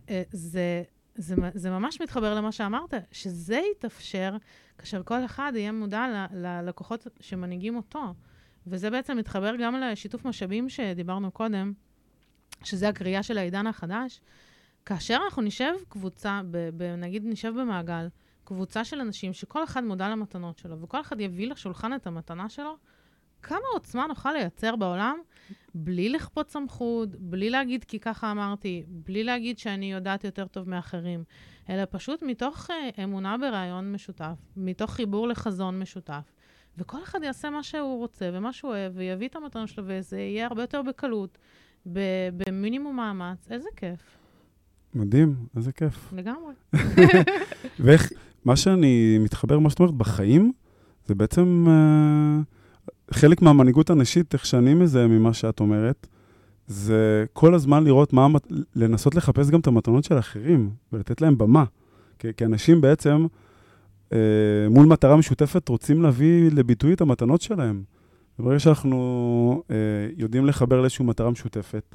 זה ממש מתחבר למה שאמרת, שזה יתאפשר כאשר כל אחד יהיה מודע ללקוחות שמנהיגים אותו. וזה בעצם מתחבר גם לשיתוף משאבים שדיברנו קודם, שזה הקריאה של העידן החדש. כאשר אנחנו נשב קבוצה, נגיד נשב במעגל, קבוצה של אנשים שכל אחד מודע למתנות שלו, וכל אחד יביא לשולחן את המתנה שלו, כמה עוצמה נוכל לייצר בעולם, בלי לכפות סמכות, בלי להגיד כי ככה אמרתי, בלי להגיד שאני יודעת יותר טוב מאחרים, אלא פשוט מתוך אמונה ברעיון משותף, מתוך חיבור לחזון משותף. וכל אחד יעשה מה שהוא רוצה ומה שהוא אוהב, ויביא את המתנות שלו, וזה יהיה הרבה יותר בקלות, במינימום מאמץ. איזה כיף. מדהים, איזה כיף. לגמרי. ואיך, מה שאני מתחבר, מה שאת אומרת, בחיים, זה בעצם חלק מהמנהיגות הנשית, איך שאני מזהה ממה שאת אומרת, זה כל הזמן לראות לנסות לחפש גם את המתנות של האחרים, ולתת להם במה. כי אנשים בעצם, מול מטרה משותפת, רוצים להביא לביטוי את המתנות שלהם. ברגע שאנחנו יודעים לחבר לאיזושהי מטרה משותפת,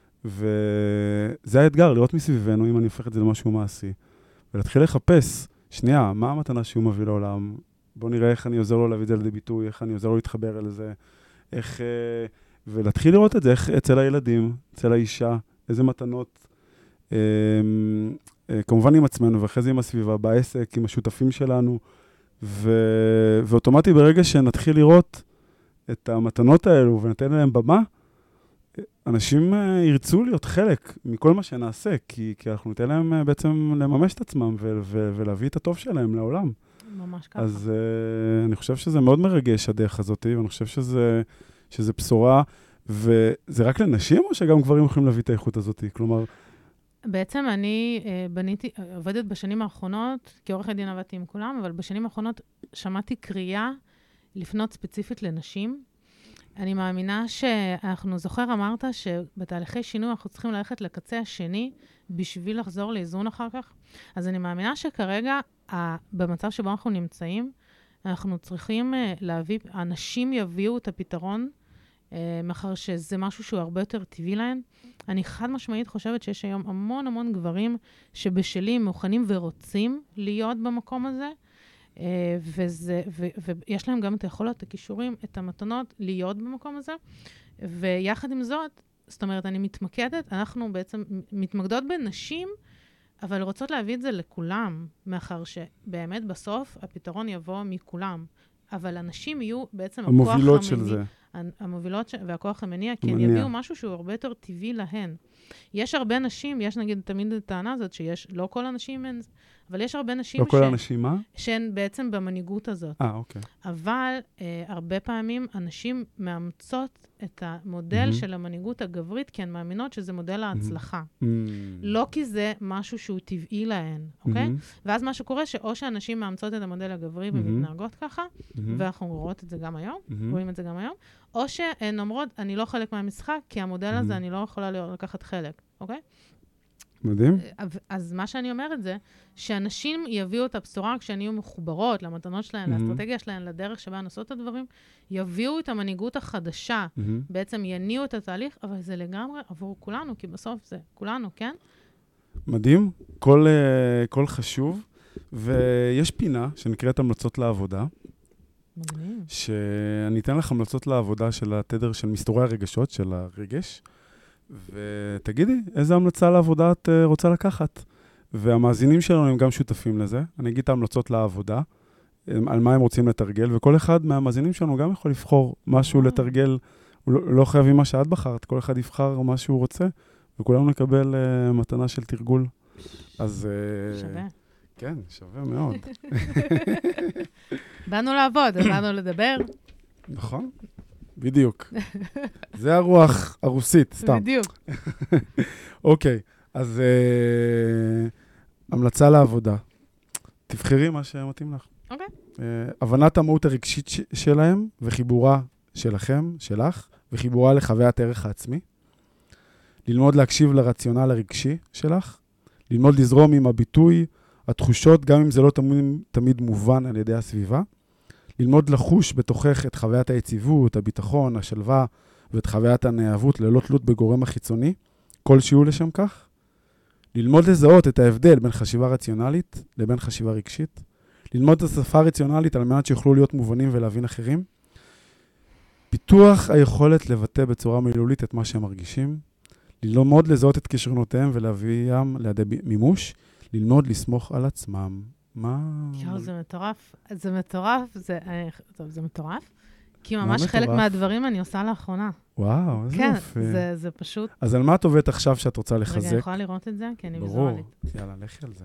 וזה האתגר, לראות מסביבנו, אם אני הופך את זה למשהו מעשי, ולהתחיל לחפש, שנייה, מה המתנה שהוא מביא לעולם? בוא נראה איך אני עוזר לו להביא את זה לידי ביטוי, איך אני עוזר לו להתחבר אל זה, איך... ולהתחיל לראות את זה, איך אצל הילדים, אצל האישה, איזה מתנות, כמובן עם עצמנו, ואחרי זה עם הסביבה, בעסק, עם השותפים שלנו, ואוטומטי ברגע שנתחיל לראות את המתנות האלו וניתן להם במה, אנשים ירצו להיות חלק מכל מה שנעשה, כי אנחנו ניתן להם בעצם לממש את עצמם ולהביא את הטוב שלהם לעולם. ממש ככה. אז אני חושב שזה מאוד מרגש הדרך הזאת, ואני חושב שזה בשורה, וזה רק לנשים או שגם גברים יכולים להביא את האיכות הזאת? כלומר... בעצם אני עובדת בשנים האחרונות, כעורכת דין עבדתי עם כולם, אבל בשנים האחרונות שמעתי קריאה לפנות ספציפית לנשים. אני מאמינה שאנחנו זוכר, אמרת שבתהליכי שינוי אנחנו צריכים ללכת לקצה השני בשביל לחזור לאיזון אחר כך. אז אני מאמינה שכרגע, במצב שבו אנחנו נמצאים, אנחנו צריכים להביא, אנשים יביאו את הפתרון, מאחר שזה משהו שהוא הרבה יותר טבעי להם. אני חד משמעית חושבת שיש היום המון המון גברים שבשלים, מוכנים ורוצים להיות במקום הזה, ויש להם גם את היכולות, את הכישורים, את המתנות להיות במקום הזה. ויחד עם זאת, זאת אומרת, אני מתמקדת, אנחנו בעצם מתמקדות בנשים, אבל רוצות להביא את זה לכולם, מאחר שבאמת בסוף הפתרון יבוא מכולם. אבל אנשים יהיו בעצם המובילות של זה. המובילות והכוח המניע, כי הם יביאו משהו שהוא הרבה יותר טבעי להן. יש הרבה נשים, יש נגיד תמיד את הטענה הזאת, שיש לא כל הנשים הן, אבל יש הרבה נשים לא כל האנשים מה? שהן בעצם במנהיגות הזאת. אוקיי. אבל הרבה פעמים אנשים מאמצות את המודל של המנהיגות הגברית, כי הן מאמינות שזה מודל ההצלחה. לא כי זה משהו שהוא טבעי להן, אוקיי? ואז מה שקורה, שאו שאנשים מאמצות את המודל הגברי ומתנהגות ככה, ואנחנו רואות את זה גם היום, רואים את זה גם היום, או שהן אומרות, אני לא חלק מהמשחק, כי המודל הזה אני לא יכולה לקחת חלק, אוקיי? מדהים. אז מה שאני אומרת זה, שאנשים יביאו את הבשורה כשהן יהיו מחוברות למתנות שלהן, לאסטרטגיה שלהן, לדרך שבה נעשות את הדברים, יביאו את המנהיגות החדשה, בעצם יניעו את התהליך, אבל זה לגמרי עבור כולנו, כי בסוף זה כולנו, כן? מדהים, כל חשוב, ויש פינה שנקראת המלצות לעבודה, מדהים. שאני אתן לך המלצות לעבודה של התדר של מסתורי הרגשות, של הרגש, ותגידי, איזה המלצה לעבודה את רוצה לקחת? והמאזינים שלנו הם גם שותפים לזה. אני אגיד את ההמלצות לעבודה, על מה הם רוצים לתרגל, וכל אחד מהמאזינים שלנו גם יכול לבחור משהו לתרגל, הוא לא חייב עם מה שאת בחרת, כל אחד יבחר מה שהוא רוצה, וכולנו נקבל מתנה של תרגול. אז... שווה. כן, שווה מאוד. באנו לעבוד, באנו לדבר. נכון. בדיוק. זה הרוח הרוסית, סתם. בדיוק. אוקיי, אז המלצה לעבודה. תבחרי מה שמתאים לך. אוקיי. הבנת המהות הרגשית שלהם, וחיבורה שלכם, שלך, וחיבורה לחוויית ערך העצמי. ללמוד להקשיב לרציונל הרגשי שלך. ללמוד לזרום עם הביטוי, התחושות, גם אם זה לא תמיד מובן על ידי הסביבה. ללמוד לחוש בתוכך את חוויית היציבות, הביטחון, השלווה, ואת חוויית הנאהבות ללא תלות בגורם החיצוני, כלשהו לשם כך. ללמוד לזהות את ההבדל בין חשיבה רציונלית לבין חשיבה רגשית. ללמוד את השפה הרציונלית על מנת שיוכלו להיות מובנים ולהבין אחרים. פיתוח היכולת לבטא בצורה מילולית את מה שהם מרגישים. ללמוד לזהות את כישרונותיהם ולהביאם לידי מימוש. ללמוד לסמוך על עצמם. מה? יואו, זה מטורף. זה מטורף. זה מטורף. כי ממש חלק מהדברים אני עושה לאחרונה. וואו, איזה יופי. כן, זה פשוט... אז על מה את עובדת עכשיו שאת רוצה לחזק? רגע, אני יכולה לראות את זה? כי אני ויזואלית. ברור. יאללה, לכי על זה.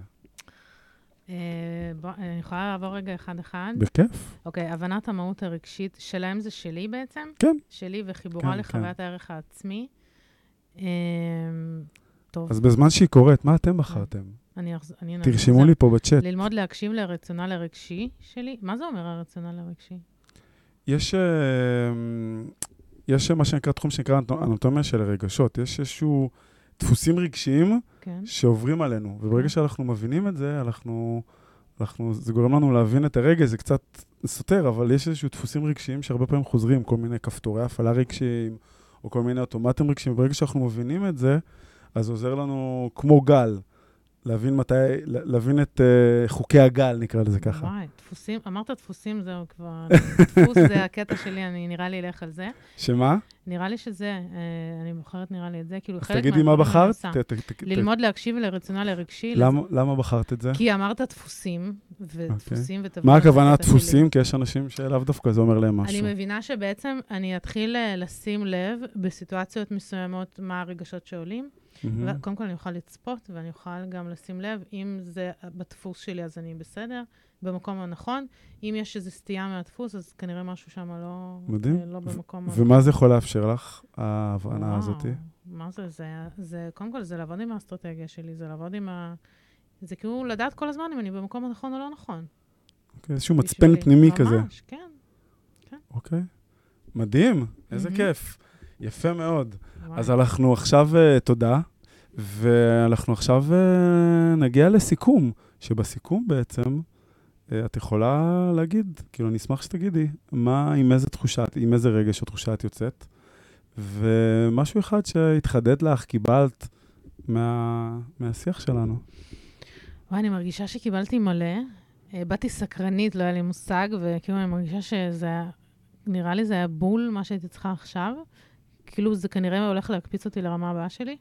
אני יכולה לעבור רגע אחד-אחד. בכיף. אוקיי, הבנת המהות הרגשית שלהם זה שלי בעצם? כן. שלי וחיבורה לחוויית הערך העצמי. טוב. אז בזמן שהיא קוראת, מה אתם בחרתם? תרשמו לי פה בצ'אט. ללמוד להקשיב לרציונל הרגשי שלי. מה זה אומר הרציונל הרגשי? יש מה שנקרא תחום שנקרא אנטומיה של הרגשות. יש איזשהו דפוסים רגשיים שעוברים עלינו. וברגע שאנחנו מבינים את זה, זה גורם לנו להבין את הרגש, זה קצת סותר, אבל יש איזשהו דפוסים רגשיים שהרבה פעמים חוזרים, כל מיני כפתורי הפעלה רגשיים, או כל מיני אוטומטים רגשיים. וברגע שאנחנו מבינים את זה, אז עוזר לנו כמו גל. להבין את חוקי הגל, נקרא לזה ככה. וואי, דפוסים, אמרת דפוסים, זהו כבר, דפוס זה הקטע שלי, אני נראה לי אלך על זה. שמה? נראה לי שזה, אני בוחרת נראה לי את זה, כאילו אז חלק תגידי מה בחרת. ללמוד להקשיב לרציונל הרגשי. למה בחרת את זה? כי אמרת דפוסים, ודפוסים ותבוא... מה הכוונה דפוסים? כי יש אנשים שלאו דווקא זה אומר להם משהו. אני מבינה שבעצם אני אתחיל לשים לב בסיטואציות מסוימות מה הרגשות שעולים, וקודם כל אני אוכל לצפות, ואני אוכל גם לשים לב, אם זה בדפוס שלי אז אני בסדר, במקום הנכון. אם יש איזו סטייה מהדפוס, אז כנראה משהו שם לא במקום... ומה זה יכול לאפשר לך, ההבנה הזאת? מה זה? קודם כל, זה לעבוד עם האסטרטגיה שלי, זה לעבוד עם זה כאילו לדעת כל הזמן אם אני במקום הנכון או לא נכון. אוקיי, איזשהו מצפן פנימי כזה. ממש, כן. אוקיי. מדהים, איזה כיף. יפה מאוד. אז אנחנו עכשיו, תודה, ואנחנו עכשיו נגיע לסיכום, שבסיכום בעצם, את יכולה להגיד, כאילו אני אשמח שתגידי, עם איזה תחושה, עם איזה רגש או תחושה את יוצאת, ומשהו אחד שהתחדד לך, קיבלת מהשיח שלנו. אני מרגישה שקיבלתי מלא, באתי סקרנית, לא היה לי מושג, וכאילו אני מרגישה שזה, נראה לי זה היה בול מה שהייתי צריכה עכשיו, כאילו זה כנראה הולך להקפיץ אותי לרמה הבאה שלי.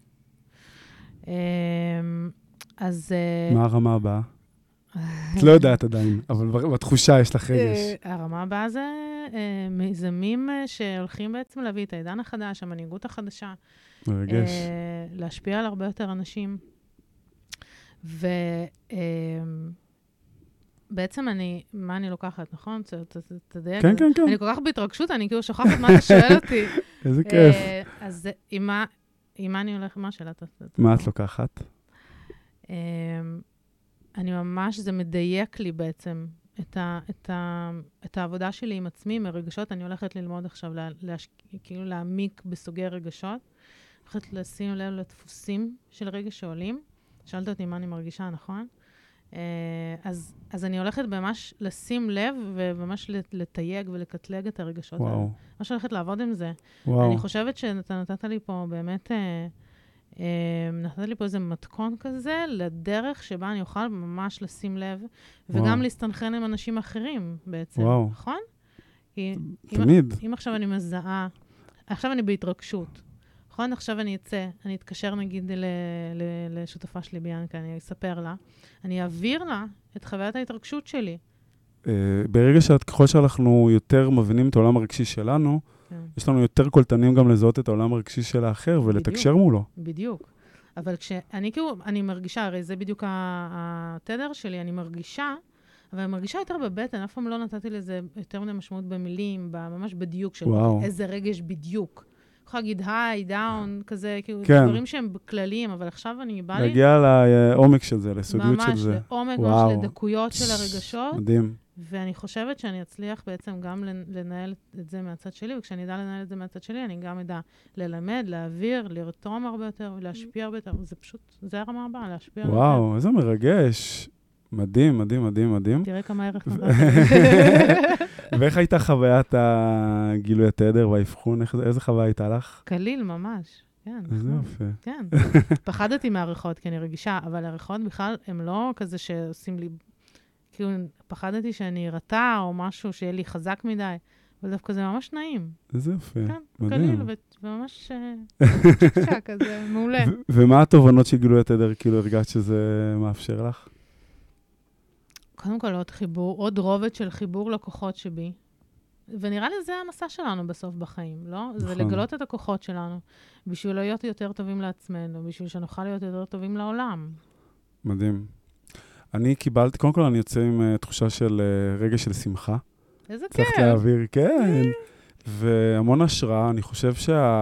אז... מה הרמה הבאה? את לא יודעת עדיין, אבל בתחושה יש לך רגש. הרמה הבאה זה מיזמים שהולכים בעצם להביא את העידן החדש, המנהיגות החדשה. רגש. להשפיע על הרבה יותר אנשים. ובעצם מה אני לוקחת, נכון? תדייק. כן, כן, כן. אני כל כך בהתרגשות, אני כאילו שוכחת מה אתה שואל אותי. איזה כיף. אז עם מה אני הולכת, מה השאלה? מה את לוקחת? אני ממש, זה מדייק לי בעצם את העבודה שלי עם עצמי, מרגשות. אני הולכת ללמוד עכשיו, כאילו להעמיק בסוגי רגשות. הולכת לשים לב לדפוסים של רגש שעולים. שאלת אותי מה אני מרגישה, נכון? אז אני הולכת ממש לשים לב וממש לתייג ולקטלג את הרגשות האלה. ממש הולכת לעבוד עם זה. אני חושבת שאתה נתת לי פה באמת... נתת לי פה איזה מתכון כזה, לדרך שבה אני אוכל ממש לשים לב, וגם להסתנכרן עם אנשים אחרים בעצם, נכון? תמיד. אם עכשיו אני מזהה, עכשיו אני בהתרגשות, נכון? עכשיו אני אצא, אני אתקשר נגיד לשותפה שלי ביאנקה, אני אספר לה, אני אעביר לה את חוויית ההתרגשות שלי. ברגע ככל שאנחנו יותר מבינים את העולם הרגשי שלנו, יש לנו יותר קולטנים גם לזהות את העולם הרגשי של האחר ולתקשר מולו. בדיוק. אבל כשאני כאילו, אני מרגישה, הרי זה בדיוק התדר שלי, אני מרגישה, אבל אני מרגישה יותר בבטן, אף פעם לא נתתי לזה יותר מדי משמעות במילים, ממש בדיוק של איזה רגש בדיוק. אני יכולה להגיד היי, דאון, כזה, כאילו דברים שהם כלליים, אבל עכשיו אני בא לי... להגיע לעומק של זה, לסודיות של זה. ממש, לעומק, ממש לדקויות של הרגשות. מדהים. ואני חושבת שאני אצליח בעצם גם לנהל את זה מהצד שלי, וכשאני אדע לנהל את זה מהצד שלי, אני גם אדע ללמד, להעביר, לרתום הרבה יותר, להשפיע הרבה יותר. זה פשוט, זה הרמה הבאה, להשפיע הרבה יותר. וואו, איזה מרגש. מדהים, מדהים, מדהים, מדהים. תראה כמה ערך נתת. ואיך הייתה חוויית הגילוי התדר והאבחון? איזה חוויה הייתה לך? קליל ממש, כן. איזה יפה. כן. פחדתי מהעריכות, כי אני רגישה, אבל העריכות בכלל הם לא כזה שעושים לי... כאילו, פחדתי שאני ארתע או משהו שיהיה לי חזק מדי, אבל דווקא זה ממש נעים. איזה יפה, כן, קליל, וממש שקשק, כזה מעולה. ומה התובנות של גילוי התדר, כאילו הרגשת שזה מאפשר לך? קודם כל, עוד חיבור, עוד רובד של חיבור לכוחות שבי, ונראה לי זה המסע שלנו בסוף בחיים, לא? נכון. זה לגלות את הכוחות שלנו, בשביל להיות יותר טובים לעצמנו, בשביל שנוכל להיות יותר טובים לעולם. מדהים. אני קיבלתי, קודם כל אני יוצא עם תחושה של רגע של שמחה. איזה כיף. צריך להעביר, כן. והמון השראה, אני חושב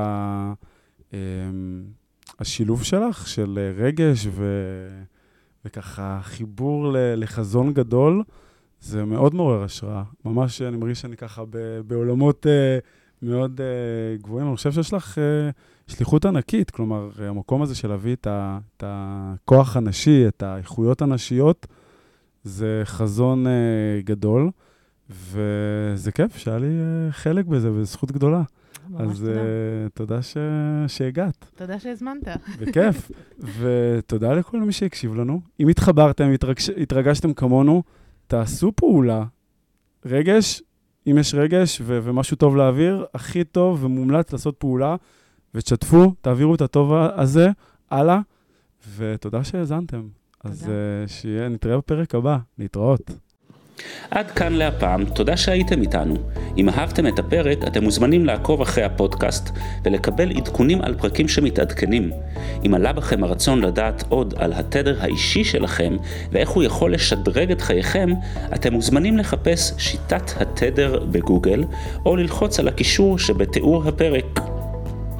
שהשילוב שלך של רגש וככה חיבור לחזון גדול, זה מאוד מעורר השראה. ממש אני מרגיש שאני ככה בעולמות מאוד גבוהים. אני חושב שיש לך שליחות ענקית, כלומר, המקום הזה של להביא את הכוח הנשי, את האיכויות הנשיות, זה חזון גדול, וזה כיף שהיה לי חלק בזה, וזו זכות גדולה. אז תודה שהגעת. תודה שהזמנת. בכיף. ותודה לכל מי שהקשיב לנו. אם התחברתם, התרגשתם כמונו, תעשו פעולה. רגש, אם יש רגש ומשהו טוב להעביר, הכי טוב ומומלץ לעשות פעולה, ותשתפו, תעבירו את הטוב הזה הלאה, ותודה שהאזנתם. אז נתראה בפרק הבא, להתראות. עד כאן להפעם, תודה שהייתם איתנו. אם אהבתם את הפרק, אתם מוזמנים לעקוב אחרי הפודקאסט ולקבל עדכונים על פרקים שמתעדכנים. אם עלה בכם הרצון לדעת עוד על התדר האישי שלכם ואיך הוא יכול לשדרג את חייכם, אתם מוזמנים לחפש שיטת התדר בגוגל או ללחוץ על הקישור שבתיאור הפרק.